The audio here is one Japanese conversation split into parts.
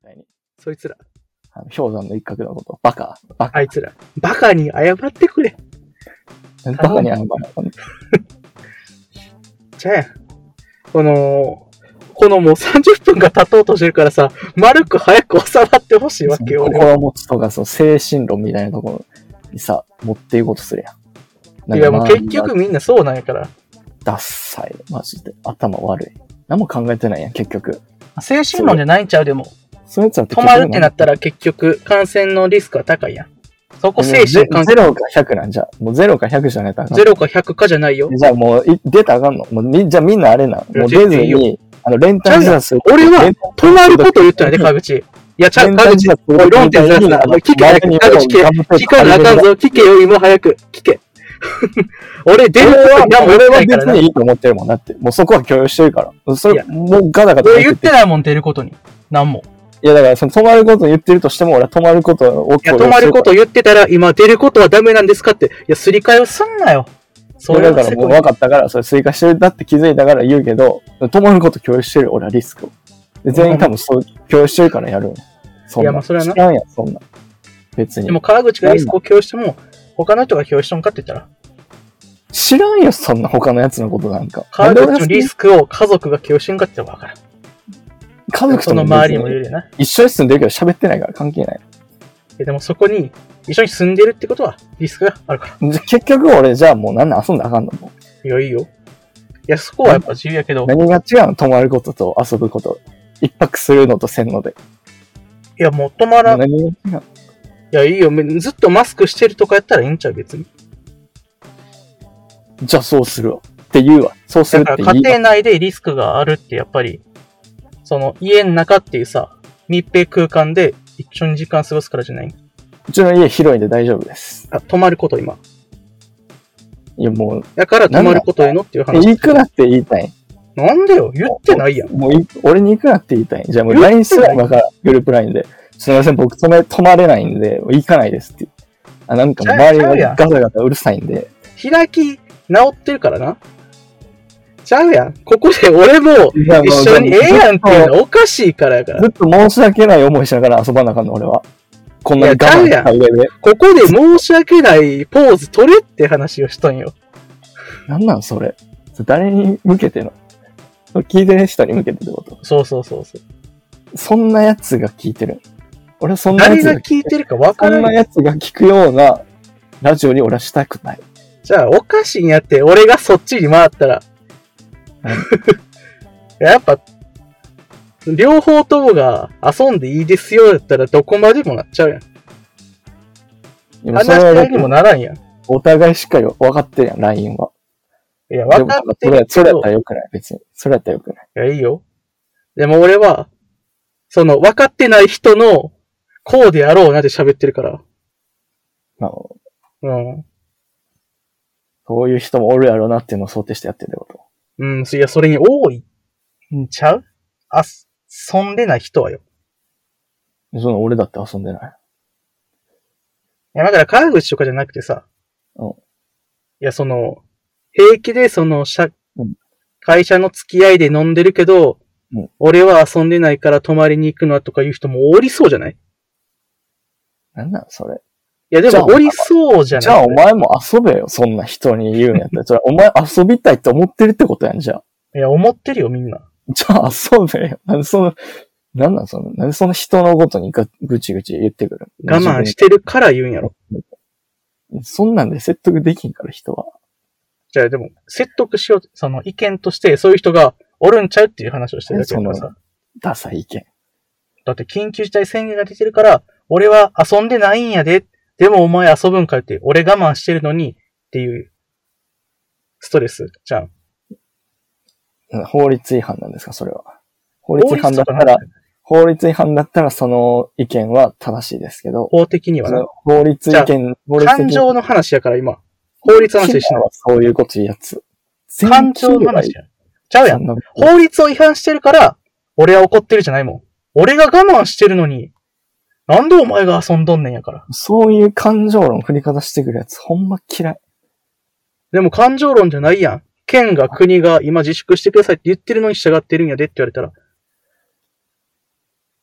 対に。 そいつら。 氷山の一角のこと。バカ。 あいつら。バカに謝ってくれ。 バカに謝る。 じゃあ、このもう30分が経とうとしてるからさ、丸く早く収まってほしいわけよ。 心持ちとか、精神論みたいなところにさ、持っていこうとするやん。 いやもう結局みんなそうなんやから。 ダッサい。マジで。頭悪い。何も考えてないやん、結局。 精神論じゃないんちゃうでも。 そういうやつは止まるってなったら結局感染のリスクは高いやん。そこ精神関係。 0か100なんじゃ。もう0か100じゃないとあかん。 0か100かじゃないよ。 じゃあもう出たらあかんの。じゃあみんなあれな。もう出ずに、連帯自殺。 俺は止まること言ったらね、川口。いや、川口。論点ずらすな。聞け、川口聞かなあかんぞ。聞けよ、今早く。聞け。俺出ること俺は別にいいと思ってるもんだって。もうそこは共有してるから。それ、もうガタガタ。 俺言ってないもん、出ることに。なんも。 いやだから止まることを言ってるとしても俺は止まることをいや止まることを言ってたら今出ることはダメなんですかって。いや、すり替えをすんなよ。 それだからもう分かったから、それ追加してるだって気づいたから言うけど、止まること共有してる俺はリスクを。で全員多分そう共有してるからやる。そんな。いやまあそれはな。知らんやん、そんな。別に。 でも川口がリスクを共有しても、他の人が共有しとんかって言ったら。 知らんよ、そんな他のやつのことなんか。 川口のリスクを家族が共有しんかって言ったら分からん。 家族との周りにもいるよな。 一緒に住んでるけど喋ってないから関係ない。 でもそこに一緒に住んでるってことはリスクがあるから。 結局俺じゃあもうなんで遊んだらあかんのもいや、いいよ。いや、そこはやっぱ自由やけど。 何が違うの？泊まることと遊ぶこと。一泊するのとせんので。 いや、もう泊まらん。 何が違う？ いや、いいよ。ずっとマスクしてるとかやったらいいんちゃう別に。 じゃあそうするわ。って言うわ。そうするって言うわ。 家庭内でリスクがあるってやっぱり、その家の中っていうさ、密閉空間で一緒に時間過ごすからじゃない？ うちの家広いんで大丈夫です。 あ、泊まること今。 いやもう。 だから泊まることへのっていう話。 行くなって言いたい。 なんでよ言ってないやん。 もう俺に行くなって言いたい。じゃあもう LINE すら今からグループ LINE で。すみません、僕泊まれないんで、行かないですって。あ、なんか周りがガタガタうるさいんで。 開き直ってるからな。ちゃうやん。ここで俺も一緒にええやんっていうのはおかしいからやから。 ずっと申し訳ない思いしながら遊ばなあかんの、俺は。こんなに我慢した上で。 ここで申し訳ないポーズ取れって話をしとんよ。 なんなんそれ。誰に向けての？聞いてる人に向けてってこと？ そうそうそうそう。 そんなやつが聞いてる。俺そんなやつ誰が聞いてるか分からない。 そんなやつが聞くようなラジオに俺はしたくない。 じゃあおかしいんやって、俺がそっちに回ったら。やっぱ、両方ともが遊んでいいですよやったらどこまでもなっちゃうやん。話し合いにもならんやん。 お互いしっかり分かってるやん、LINE は。 いや、分かってるけど。 それやったらよくない、別に。それやったらよくない。 いや、いいよ。でも俺は、その、分かってない人の、こうであろうなって喋ってるから。うん。 そういう人もおるやろうなっていうのを想定してやってるってこと。 うん、いや、それに多いんちゃう？遊んでない人はよ。 その俺だって遊んでない。 いや、だから川口とかじゃなくてさ。 うん。いや、その、平気でその、会社の付き合いで飲んでるけど、 うん、 俺は遊んでないから泊まりに行くのとかいう人もおりそうじゃない？ なんなんそれ。 いやでもおりそうじゃない？ じゃあお前も遊べよ、そんな人に言うんやったら。それお前遊びたいって思ってるってことやん、じゃあ。 いや、思ってるよ、みんな。 じゃあ遊べよ。なんでその人のことにぐちぐち言ってくる。 我慢してるから言うんやろ。 そんなんで説得できんから人は。 じゃあでも、説得しよう、その意見としてそういう人がおるんちゃうっていう話をしてるだけだからさ。 ダサい意見。 だって緊急事態宣言が出てるから、俺は遊んでないんやで。でもお前遊ぶんかよって、俺我慢してるのにっていうストレスじゃん。 法律違反なんですか、それは。法律違反だったらその意見は正しいですけど。 法的にはな。 法律意見、 感情の話やから今。法律の話しない。 そういうこと言うやつ。 感情の話や。ちゃうやん。法律を違反してるから、俺は怒ってるじゃないもん。俺が我慢してるのに、なんでお前が遊んどんねんやから。 そういう感情論振り方してくるやつ、ほんま嫌い。 でも感情論じゃないやん。県が国が今自粛してくださいって言ってるのに従ってるんやでって言われたら、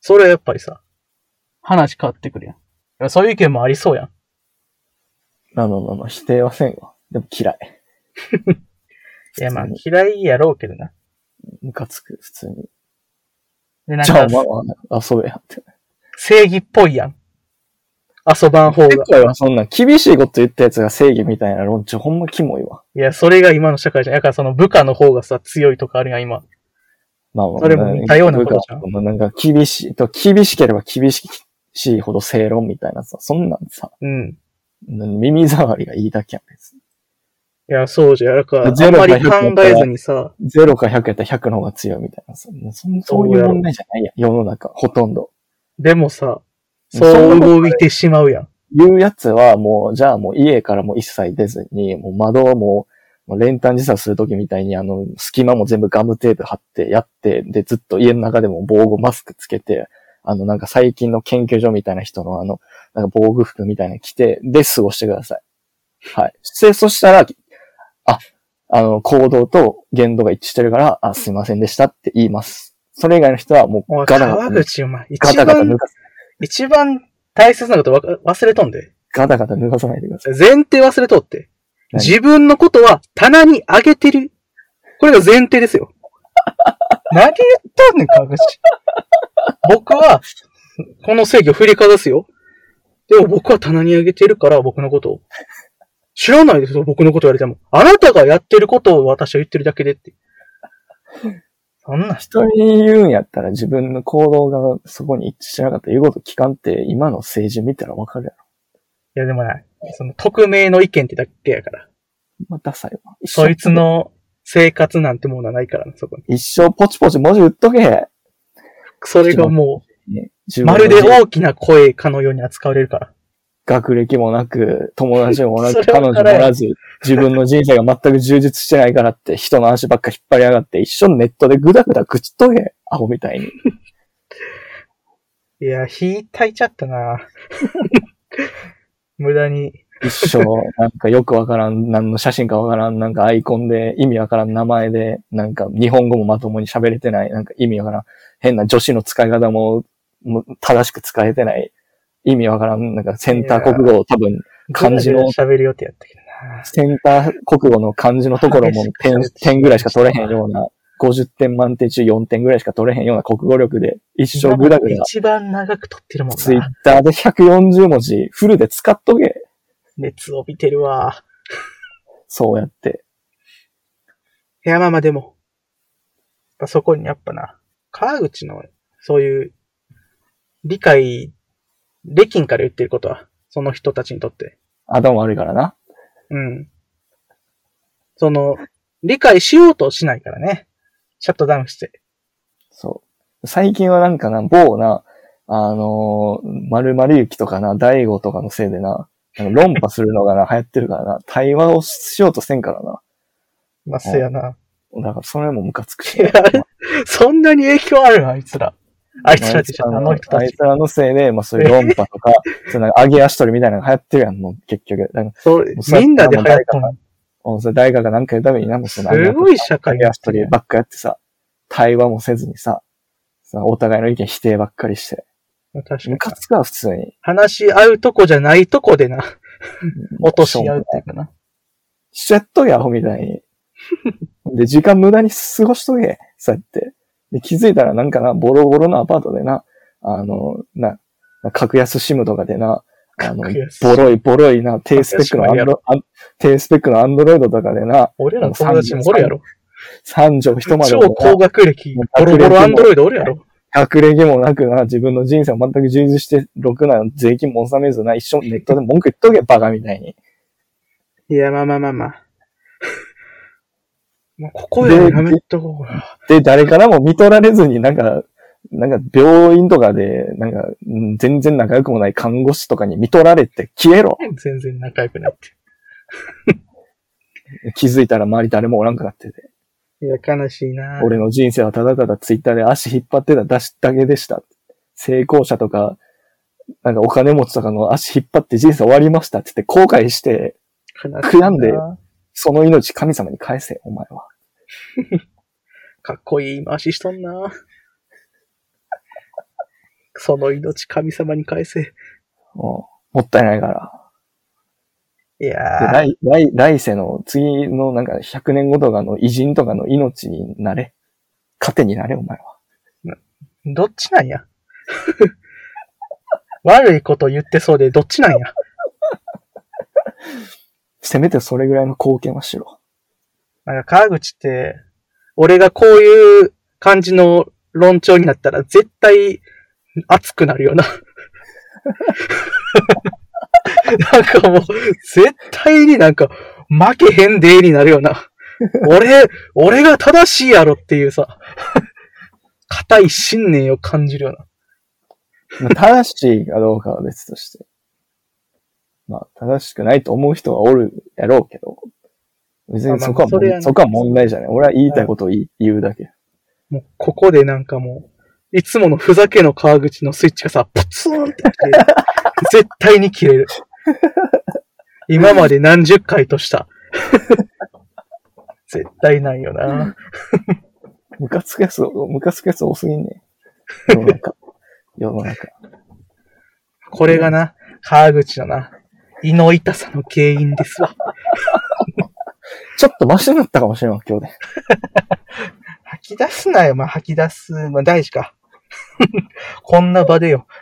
それはやっぱりさ、話変わってくるやん。いやそういう意見もありそうやん。 まあ、否定はせんわ。でも嫌い。 いやまあ嫌いやろうけどな。 ムカつく、普通に。 で、なんじゃあか、 遊べやって。 正義っぽいやん。遊ばん方が。 結構そんな厳しいこと言ったやつが正義みたいな論調ほんまキモいわ。 いや、それが今の社会じゃん。だからその部下の方がさ、強いとかあるやん、今。 まあ、 それも似たようなことじゃん。 なんか厳しければ厳しいほど正論みたいなさ、そんなんさ、 うん。 耳障りがいいだけやん、別に。 いや、そうじゃん。だから、あんまり考えずにさ。 0か100やったら100の方が強いみたいなさ。そういう問題じゃないやん、世の中、ほとんど。 でもさ、そう動いてしまうやん。 いうやつはもう、じゃあもう家からも一切出ずに、もう窓をもう練炭自殺するときみたいに隙間も全部ガムテープ貼ってやって、で、ずっと家の中でも防護マスクつけて、なんか最近の研究所みたいな人のなんか防具服みたいなの着て、で、過ごしてください。はい。そしたら、行動と言動が一致してるから、すいませんでしたって言います。それ以外の人はもうガタガタ。川口お前、一番大切なこと忘れとんで。 ガタガタ抜かさないでください。 前提忘れとって。自分のことは棚にあげてる。これが前提ですよ。何言ったんねん、川口。僕は、この正義を振りかざすよ。でも僕は棚にあげてるから、僕のことを。知らないですよ、僕のこと言われても。あなたがやってることを私は言ってるだけでって。そんな人に言うんやったら自分の行動がそこに一致しなかったら言うこと聞かんって今の政治見たらわかるやろ。 いやでもない。その匿名の意見ってだけやから。 まあ、ダサいわ。 そいつの生活なんてものはないからな、そこに。 一生ポチポチ文字打っとけ。 それがもう、まるで大きな声かのように扱われるから。 学歴もなく、友達もなく、彼女もおらず、自分の人生が全く充実してないからって人の足ばっか引っ張り上がって一緒にネットでグダグダ愚痴っとけ。アホみたいに。 いや、火焚いちゃったな無駄に。 一生、なんかよくわからん、何の写真かわからん、なんかアイコンで意味わからん名前で、なんか日本語もまともに喋れてない、なんか意味わからん、変な女子の使い方も正しく使えてない、意味わからん、なんかセンター国語多分漢字の、 喋る予定やったけどな。 センター国語の漢字のところも点ぐらいしか取れへんような、50点満点中4点ぐらいしか取れへんような国語力で一生グダグダ。 一番長く取ってるもんな。 ツイッターで140文字フルで使っとけ。 熱を帯びてるわ。 そうやって。 いや、まあでも、そこにやっぱな、川口のそういう理解できんから言ってることは、その人たちにとって。 頭悪いからな。 うん。理解しようとしないからね。シャットダウンして。 そう。最近はなんかな、某な、〇〇雪とかな、大悟とかのせいでな、論破するのがな、流行ってるからな、対話をしようとせんからな。 まあ、せやな。 だからそれもムカつくし。 そんなに影響あるあいつら。あいつらって言っちゃった、あの人たち。 あいつらのせいで、まあそういう論破とか、そうなんか上げ足取りみたいなのが流行ってるやん、もう結局。 そう、みんなで流行ったの。 それ誰かが何か言うためにな、もうすごい社会上げ足取りばっかやってさ、対話もせずにさ、お互いの意見否定ばっかりして。 確かに。 ムカつくわ、普通に。 話し合うとこじゃないとこでな、落とし合うっていうかな。 しちゃっとけ、アホみたいに。で、時間無駄に過ごしとけ、そうやって。で、気づいたらなんかな、ボロボロのアパートでな、格安シムとかでな、ボロいな、低スペックのアンドロイドとかでな、 俺らの友達もおるやろ。 3畳一間で。 超高学歴、ボロボロアンドロイドおるやろ。 学歴もなくな、自分の人生を全く充実して、ろくな税金も納めずな、一緒にネットで文句言っとけ、バカみたいに。 いや、まあ。もうここでやめとこう。 で、誰からも見取られずになんか病院とかで、全然仲良くもない看護師とかに見取られて消えろ。 全然仲良くなって。 気づいたら周り誰もおらんくなってて。 いや、悲しいな。 俺の人生はただただツイッターで足引っ張ってただけでした。成功者とか、なんかお金持ちとかの足引っ張って人生終わりましたって言って後悔して、悔やんで、その命神様に返せ、お前は。 かっこいい回ししとんな。 その命神様に返せ。 もったいないから。 いやー。来世の次のなんか100年後とかの偉人とかの命になれ。糧になれ、お前は。 どっちなんや。悪いこと言ってそうでどっちなんや。 せめてそれぐらいの貢献はしろ。 なんか川口って、俺がこういう感じの論調になったら絶対熱くなるよな。なんかもう、絶対になんか負けへんでになるよな。俺が正しいやろっていうさ、固い信念を感じるよな。正しいかどうかは別として。まあ、正しくないと思う人がおるやろうけど、別にそこは問題じゃない。俺は言いたいことを言うだけ。 もう、ここでなんかもう、いつものふざけの川口のスイッチがさ、プツンって切れる。絶対に切れる。今まで何十回とした。絶対ないよな。 ムカつくやつ多すぎんね。世の中。 これがな、川口のな、胃の痛さの原因ですわ。 ちょっとマシになったかもしれんわ、今日で。 吐き出すなよ、まあ、吐き出す。まあ、大事か。こんな場でよ。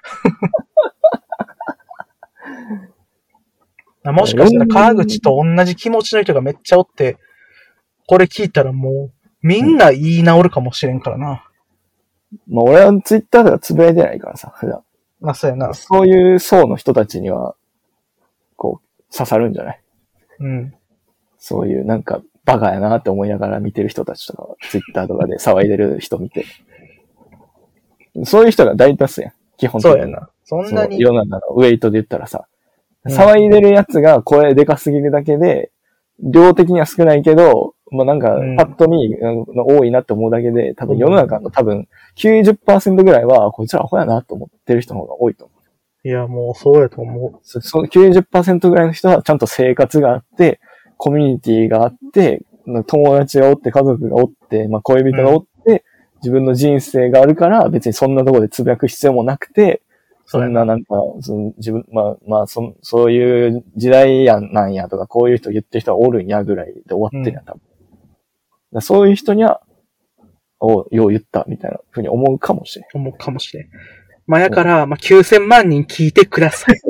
もしかしたら川口と同じ気持ちの人がめっちゃおって、これ聞いたらもう、みんな言い直るかもしれんからな。 まあ、俺はツイッターではつぶやいてないからさ、普段。 まあ、そうやな。 そういう層の人たちには、こう、刺さるんじゃない？ うん。 そういうなんか、バカやなって思いながら見てる人たちとか、ツイッターとかで騒いでる人見て。そういう人が大多数やん。基本的に。 そうやな。そんなに。 世の中のウェイトで言ったらさ、騒いでるやつが声でかすぎるだけで、量的には少ないけど、まあなんか、パッと見多いなって思うだけで、多分世の中の90% ぐらいは、こいつらアホやなと思ってる人の方が多いと思う。 いや、もうそうやと思う。 その 90% ぐらいの人はちゃんと生活があって、コミュニティがあって、友達がおって、家族がおって、まあ恋人がおって、自分の人生があるから、別にそんなところでつぶやく必要もなくて、そんななんか、自分、そういう時代なんやとか、こういう人言ってる人はおるんやぐらいで終わってるやん、多分。そういう人には、よう言ったみたいなふうに思うかもしれん。 思うかもしれん。まあ、やから、まあ、9000万人聞いてください。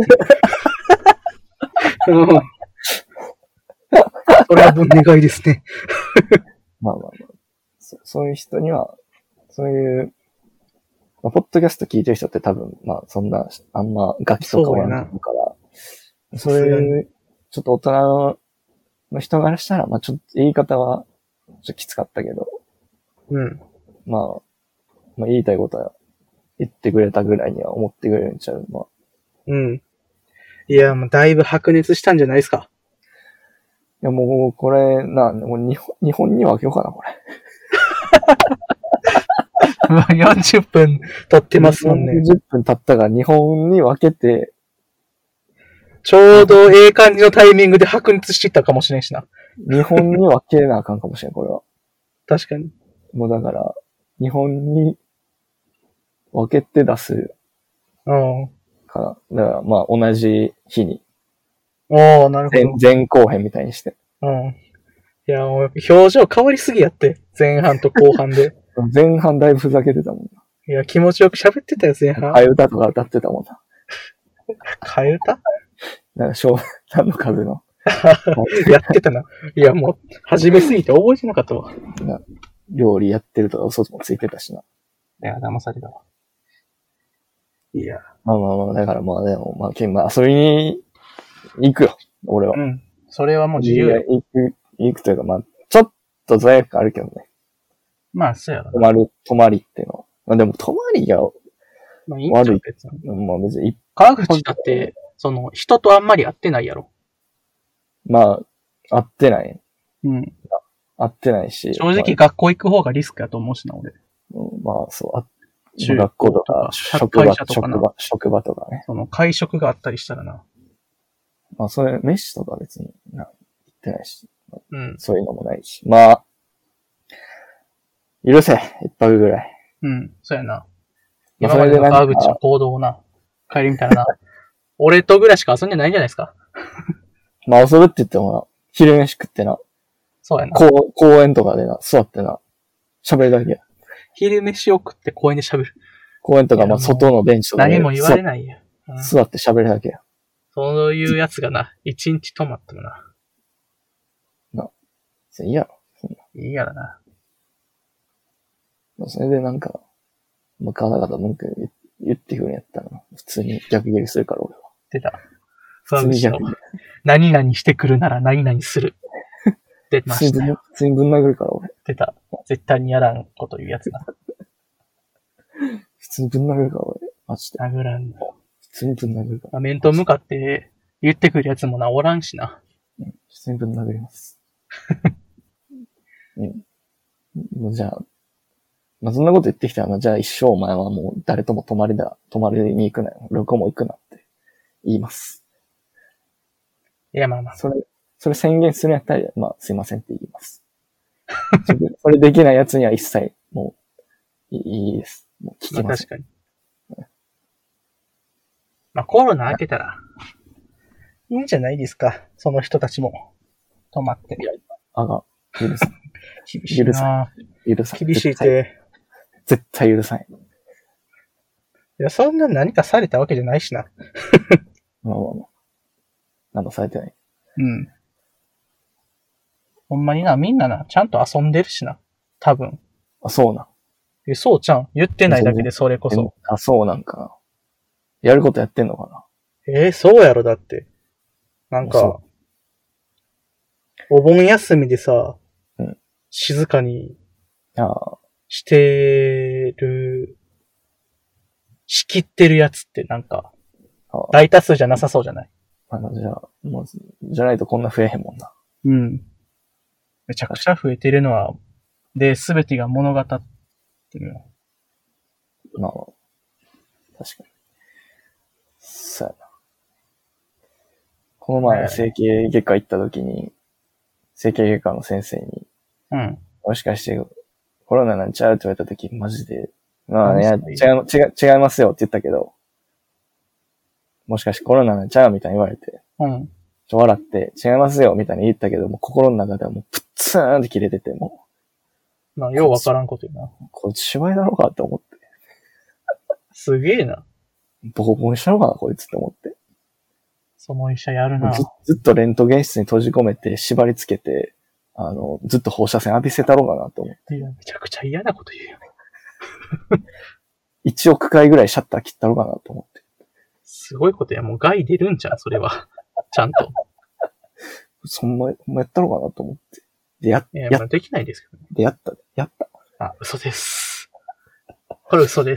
うん。それはお願いですね。 まあ。そういう人には、そういう、まあ、ポッドキャスト聞いてる人って多分、まあ、そんな、あんまガキとかはないから、そういう、ちょっと大人の人からしたら、まあ、ちょっと言い方は、ちょっときつかったけど、 うん。 まあ、言いたいことは言ってくれたぐらいには思ってくれるんちゃう。まあ。 うん。いや、もうだいぶ白熱したんじゃないですか。 いや、もう、これ、もう日本に分けようかな、これ。 40分経ってますもんね。 40分経ったから日本に分けて、 ちょうどええ感じのタイミングで白熱していったかもしれんしな。 日本に分けなあかんかもしれん、これは。 確かに。 もうだから、日本に分けて出すかな。だからまあ同じ日に。 おー、なるほど。 前後編みたいにして。 うん。いや、もう表情変わりすぎやって。前半と後半で。 前半だいぶふざけてたもんな。 いや、気持ちよく喋ってたよ、前半。 替え歌とか歌ってたもんな。 替え歌なんか、湘南の風の。 やってたな。いや、もう、始めすぎて覚えてなかったわ。 料理やってるとか嘘もついてたしな。いや、騙されたわ。いや。 まあ、だからまあでも、まあ遊びに行くよ、俺は。 うん。それはもう自由や。 行くというか、まあ、ちょっと罪悪感あるけどね。 まあ、そうやろ。 泊まりっていうのは。まあでも、泊まりが悪い。別に。まあ別に。 川口だって、人とあんまり会ってないやろ。 まあ、会ってない。 うん。 会ってないし。 正直学校行く方がリスクやと思うしな、俺。 まあ、そう。学校とか、職場とかね。 会食があったりしたらな。 まあ、それ、飯とか別に行ってないし。 うん。 そういうのもないし。まあ、許せ。一泊ぐらい。 うん。そうやな。 今までの川口の行動をな、帰り見たらな、俺とぐらいしか遊んでないんじゃないですか。 まあ遊ぶって言ってもな、昼飯食ってな。 そうやな。 公園とかでな、座ってな、喋るだけや。 昼飯を食って公園で喋る。 公園とか、まあ外のベンチとかで。何も言われないよ。 座って喋るだけや。 そういうやつがな、一日止まってもな。 いいやろ。 いいやろな。 それでなんか、まあ、ガタガタ文句言ってくるんやったら、普通に逆ギレするから俺は。 出た。普通に逆ギレ。何々してくるなら何々する。出ましたよ。 普通にぶん殴るから俺。 出た。絶対にやらんこと言うやつだ。 普通にぶん殴るから俺。マジで。 殴らんの。 普通にぶん殴るから。 面と向かって言ってくるやつもな、おらんしな。 普通にぶん殴ります。うん。じゃあ、まあ、そんなこと言ってきたら、じゃあ一生お前はもう誰とも泊まりに行くなよ。旅行も行くなって言います。 いや、まあまあ。 それ宣言するんやったら、まあすいませんって言います。それできないやつには一切、もう、いいです。もう聞きません。 まあ確かに。まあコロナ明けたら、いいんじゃないですか。その人たちも、泊まって。 いや、許さん。 厳しいな。 許さん。 厳しいって。 絶対許さん。いや、そんな何かされたわけじゃないしな。 まあ。なんかされてない。 うん。ほんまにな、みんなな、ちゃんと遊んでるしな。多分。 あ、そうなん。 そうちゃん。言ってないだけでそれこそ。 あ、そうなんかな。やることやってんのかな。そうやろ、だって。なんか、お盆休みでさ、静かにしてる、仕切ってるやつってなんか、大多数じゃなさそうじゃない？ じゃあ、もう、じゃないとこんな増えへんもんな。 うん。めちゃくちゃ増えてるのは、で、すべてが物語ってるよ。 まあ、確かに。そうやな。この前、整形外科行った時に、整形外科の先生に、もしかして、コロナなんちゃうって言われた時、マジで、まあ、いや、違いますよって言ったけど、もしかしてコロナなんちゃうみたいに言われて、笑って、違いますよみたいに言ったけど、もう心の中ではもうプッツーンって切れてて、もう。まあ、ようわからんこと言うな。 こいつ芝居だろうかって思って。 すげえな。 ボコボコにしたのかな、こいつって思って。 その医者やるな。 ずっとレントゲン室に閉じ込めて、縛り付けて、ずっと放射線浴びせたろうかなと思って。 いや、めちゃくちゃ嫌なこと言うよ。 1億回ぐらいシャッター切ったろうかなと思って。 すごいことや、もう害出るんじゃん、それは。ちゃんと。 そんなやったろうかなと思って。で、 まあできないですけどね。 で、やった。 あ、嘘です。これ嘘です。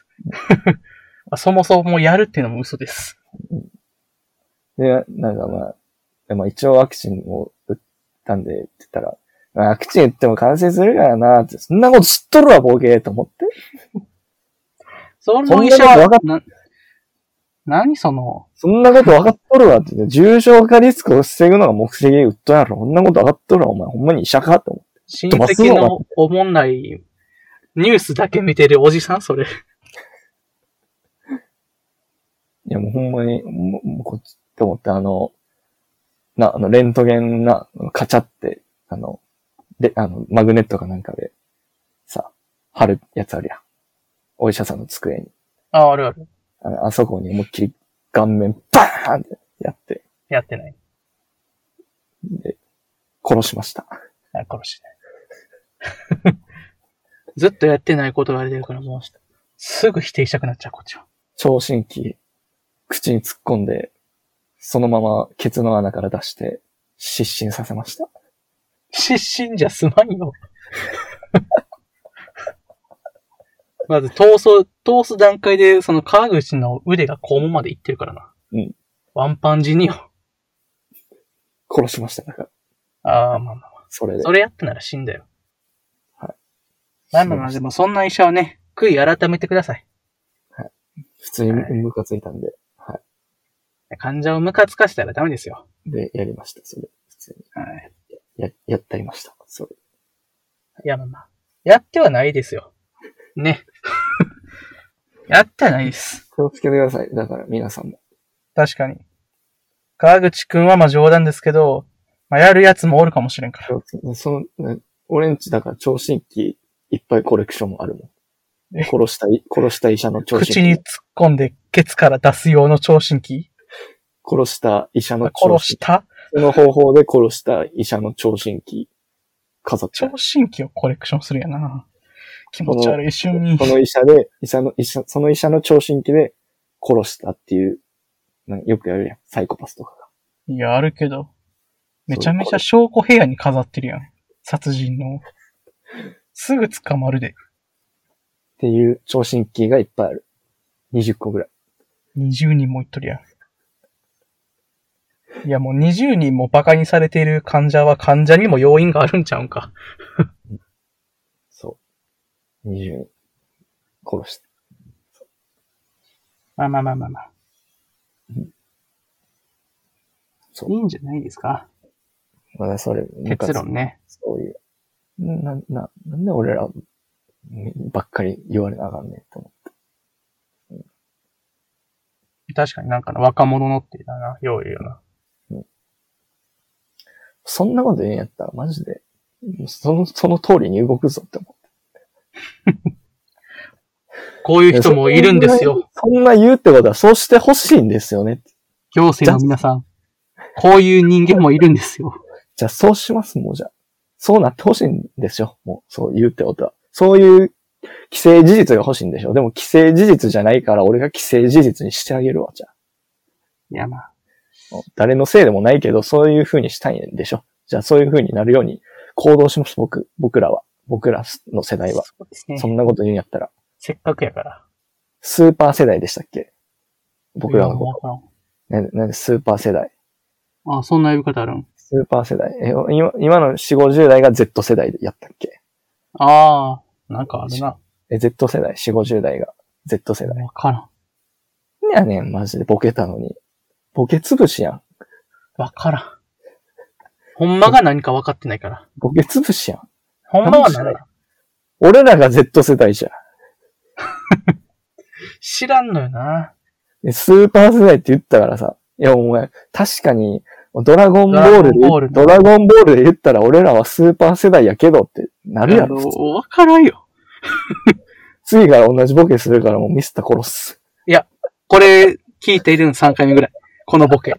そもそもやるっていうのも嘘です。 で、なんかまあ一応ワクチンを打ったんでって言ったら、ワクチン打っても感染するからなって、そんなこと知っとるわ、ボケーと思って。 その医者は、何そんなこと分かっとるわって言って、重症化リスクを防ぐのが目的で打っとやろ。そんなこと分かっとるわ、お前。ほんまに医者かと思って。 親戚のおもんないニュースだけ見てるおじさん、それ。 いや、もうほんまに、もうこっちって思って、レントゲンカチャって、マグネットかなんかで、さ、貼るやつあるやん。お医者さんの机に。 あるある。 あそこに思いっきり顔面バーンってやって。 やってない。 で、殺しました。 殺しない。ずっとやってないことが出てるからもう、すぐ否定したくなっちゃう、こっちは。 聴診器、口に突っ込んで、そのままケツの穴から出して、失神させました。 失神じゃすまんよ。まず通す段階で、その川口の腕が肛門まで行ってるからな。 うん。 ワンパンジによ。 殺しました、だから。 ああ、まあまあ。 それで。 それやったなら死んだよ。 はい。 まあでもそんな医者はね、悔い改めてください。 はい。普通にムカついたんで、はい。 患者をムカつかせたらダメですよ。 で、やりました、それ。普通に。 はい。 やりました、それ。 いや、まあ。やってはないですよ。ね。 やってないです。 気をつけてください。だから皆さんも。 確かに。川口くんはまあ冗談ですけど、まあやるやつもおるかもしれんから。 俺んちだから聴診器いっぱいコレクションもあるもん。殺した医者の聴診器。 口に突っ込んでケツから出す用の聴診器？ 殺した医者の聴診器。 殺した？ その方法で殺した医者の聴診器飾って。 聴診器をコレクションするやな。気持ち悪い趣味。 その医者の聴診器で殺したっていう、よくやるやん。サイコパスとかが。 いや、あるけど。めちゃめちゃ証拠部屋に飾ってるやん。殺人の。すぐ捕まるで。 っていう聴診器がいっぱいある。20個ぐらい。 20人もいっとるやん。いやもう20人もバカにされている患者は患者にも要因があるんちゃうんか。 そう。20人殺した。 まあ。 そう。 いいんじゃないですか。 まだそれ、 結論ね。 そういう。なんで俺らばっかり言われなあかんねんと思って。 確かになんか若者のってだな、よう言うよな。 そんなこと言うんやったらマジで、その通りに動くぞって思って。 こういう人もいるんですよ。 そんな言うってことはそうしてほしいんですよね。 行政の皆さん、こういう人間もいるんですよ。 じゃあそうします、もうじゃあ。そうなってほしいんですよ。もう、そう言うってことは。そういう既成事実が欲しいんでしょ。でも既成事実じゃないから俺が既成事実にしてあげるわ、じゃあ。 いやまあ。 誰のせいでもないけど、そういう風にしたいんでしょ。じゃあそういう風になるように行動します、僕らの世代は。そうですね。そんなこと言うんやったら。 せっかくやから。 スーパー世代でしたっけ？僕らのこと。なんでスーパー世代。 あ、そんな呼び方あるん？ スーパー世代。今の4、50代が Z 世代やったっけ？ ああ、なんかあるな。 Z 世代、4、50代が Z 世代。 わからん。 いやねん、マジでボケたのに。ボケ潰しやん。 わからん。ほんまが何か分かってないから。 ボケ潰しやん。 ほんまは何だ？ 俺らが Z 世代じゃん。 知らんのよな。 スーパー世代って言ったからさ。いや、お前、確かに、ドラゴンボールで言ったら俺らはスーパー世代やけどってなるやろ。 わからんよ。 次から同じボケするからもうミスター殺す。 いや、これ聞いているの3回目ぐらい。このボケ。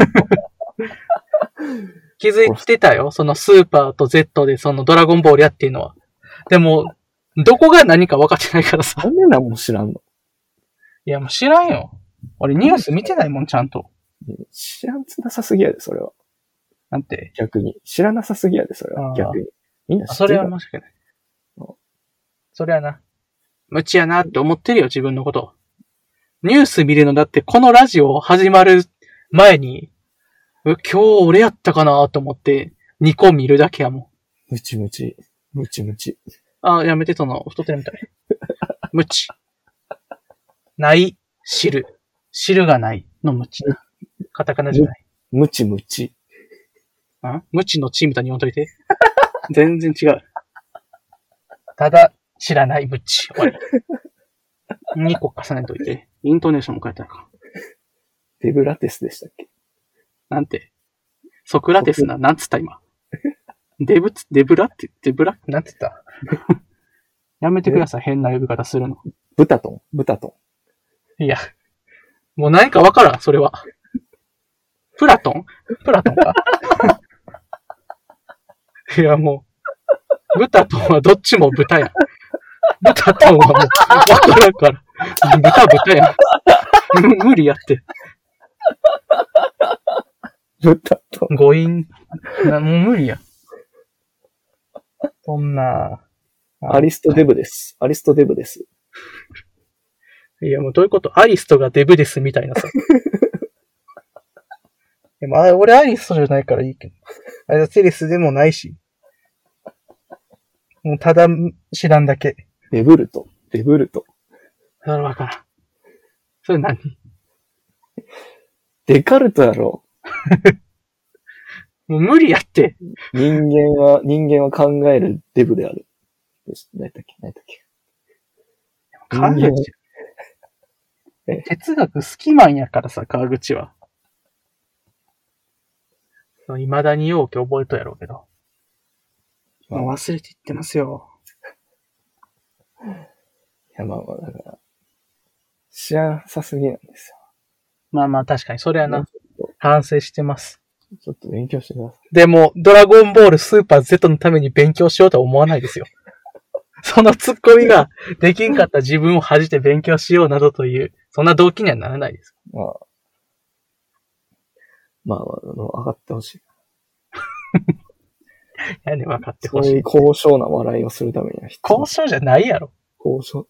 気づいてたよ。そのスーパーと Z でそのドラゴンボールやっていうのは。でも、どこが何か分かってないからさ。 なんでなんも知らんの？ いや、もう知らんよ。俺ニュース見てないもん、ちゃんと。 知らんなさすぎやで、それは。 なんて？ 逆に。知らなさすぎやで、それは。逆に。みんな知ってる。 それは申し訳ない。それはな。無知やなって思ってるよ、自分のこと。ニュース見るのだってこのラジオ始まる前に、今日俺やったかなと思って2個見るだけやもん。ムチムチ。 あ、やめて、太ってるみたい。ムチ。ない、知るがないのムチ。カタカナじゃない。 ムチ。 ムチのチみたいに読んといて。全然違う。ただ、知らないムチ。終わり。2個重ねといて。イントネーションも書いてあるか。 デブラテスでしたっけ？ なんて。ソクラテスな、なんつった今。デブラなんつったやめてください、変な呼び方するの。 ブタトン。 いや。もう何かわからん、それは。プラトンかいや、もう。ブタトンはどっちも豚やん。ブタトンはもう、わからんから。豚やん。無理やって。 豚トン。 誤飲。もう無理や。そんな。 アリストデブです。 いや、もうどういうこと？アリストがデブですみたいなさ。でも俺アリストじゃないからいいけど。あれはテレスでもないし。もうただ知らんだけ。 デブルト。 それわからん。それ何？ デカルトやろ。 もう無理やって。 人間は考えるデブである。何やったっけ。 哲学好きマンやからさ、川口は。未だにようけ覚えとやろうけど。もう忘れていってますよ。 いや、まあまあ、だから、知らなさすぎなんですよ。 まあまあ、確かに、それはな。反省してます。 ちょっと勉強してください。 でも、ドラゴンボールスーパー Z のために勉強しようとは思わないですよ。そのツッコミができんかった自分を恥じて勉強しようなどという、そんな動機にはならないです。 まあ、分かってほしい。 やね、分かってほしい。 そういう高尚な笑いをするためには必要。 高尚じゃないやろ。 高尚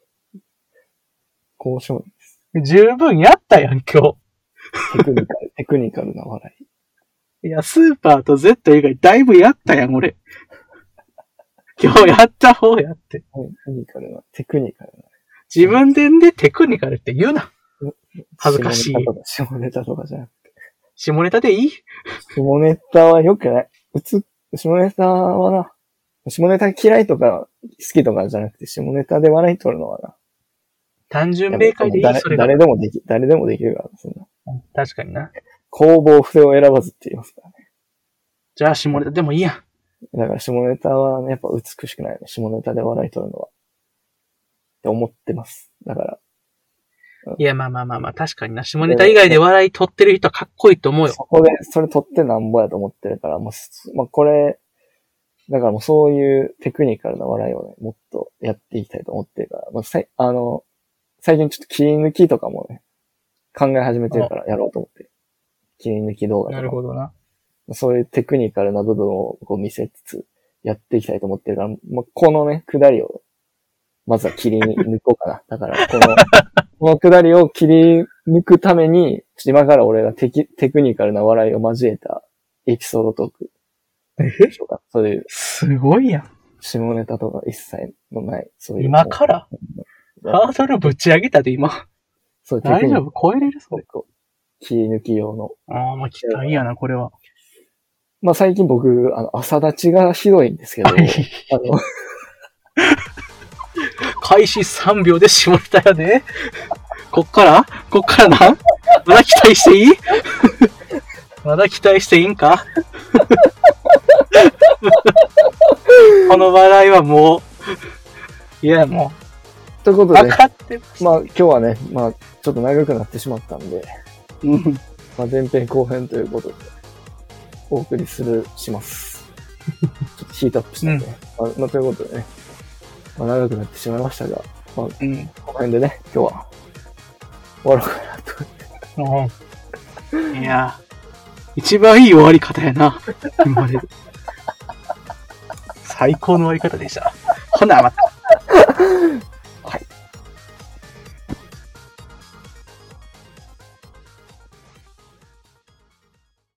です。 十分やったやん、今日。 テクニカルな笑い。いや、スーパーと Z 以外だいぶやったやん、俺。今日やった方やって。 テクニカルな。 自分でテクニカルって言うな。恥ずかしい。 下ネタとかじゃなくて。 下ネタでいい？ 下ネタは良くない。下ネタはな、下ネタ嫌いとか好きとかじゃなくて、下ネタで笑い取るのはな。 単純明快でいい、それが。 誰でもできるから、そんな。 確かにな。 攻防不正を選ばずって言いますからね。 じゃあ下ネタでもいいやん。 だから下ネタは、ね、やっぱ美しくないね。下ネタで笑い取るのは。って思ってます。だから。 いや、まあ、確かにな。下ネタ以外で笑い取ってる人はかっこいいと思うよ。 そこで、それ取ってなんぼやと思ってるから、もう、まあ、これ、だからもうそういうテクニカルな笑いをね、もっとやっていきたいと思ってるから、まあ、最近ちょっと切り抜きとかもね、考え始めてるからやろうと思って。切り抜き動画とか。 なるほどな。 そういうテクニカルな部分をこう見せつつ、やっていきたいと思ってるから、まあ、このね、下りを、まずは切り抜こうかな。だから、この下りを切り抜くために、今から俺がテクニカルな笑いを交えたエピソードトーク。そういう。 すごいやん。 下ネタとか一切のない、そういう。 今からハードルぶち上げたで今。 そういう大丈夫？超えれる？それ。 切り抜き用の。 ああ、まあ、期待やな、これは。 まあ最近僕、朝立ちがひどいんですけど、 開始3秒で下ネタやで。こっからな？まだ期待していい？まだ期待していいんか？この笑いはもう、いやもう。ということで、 分かってます。 まあ今日はね、まあちょっと長くなってしまったんで、まあ前編後編ということで、お送りします。ちょっとヒートアップしたんで、まあということでね、まあ長くなってしまいましたが、まあ、この辺でね、今日は終わろうかなと。いや、一番いい終わり方やな。今までで。最高の終わり方でした。ほな、また。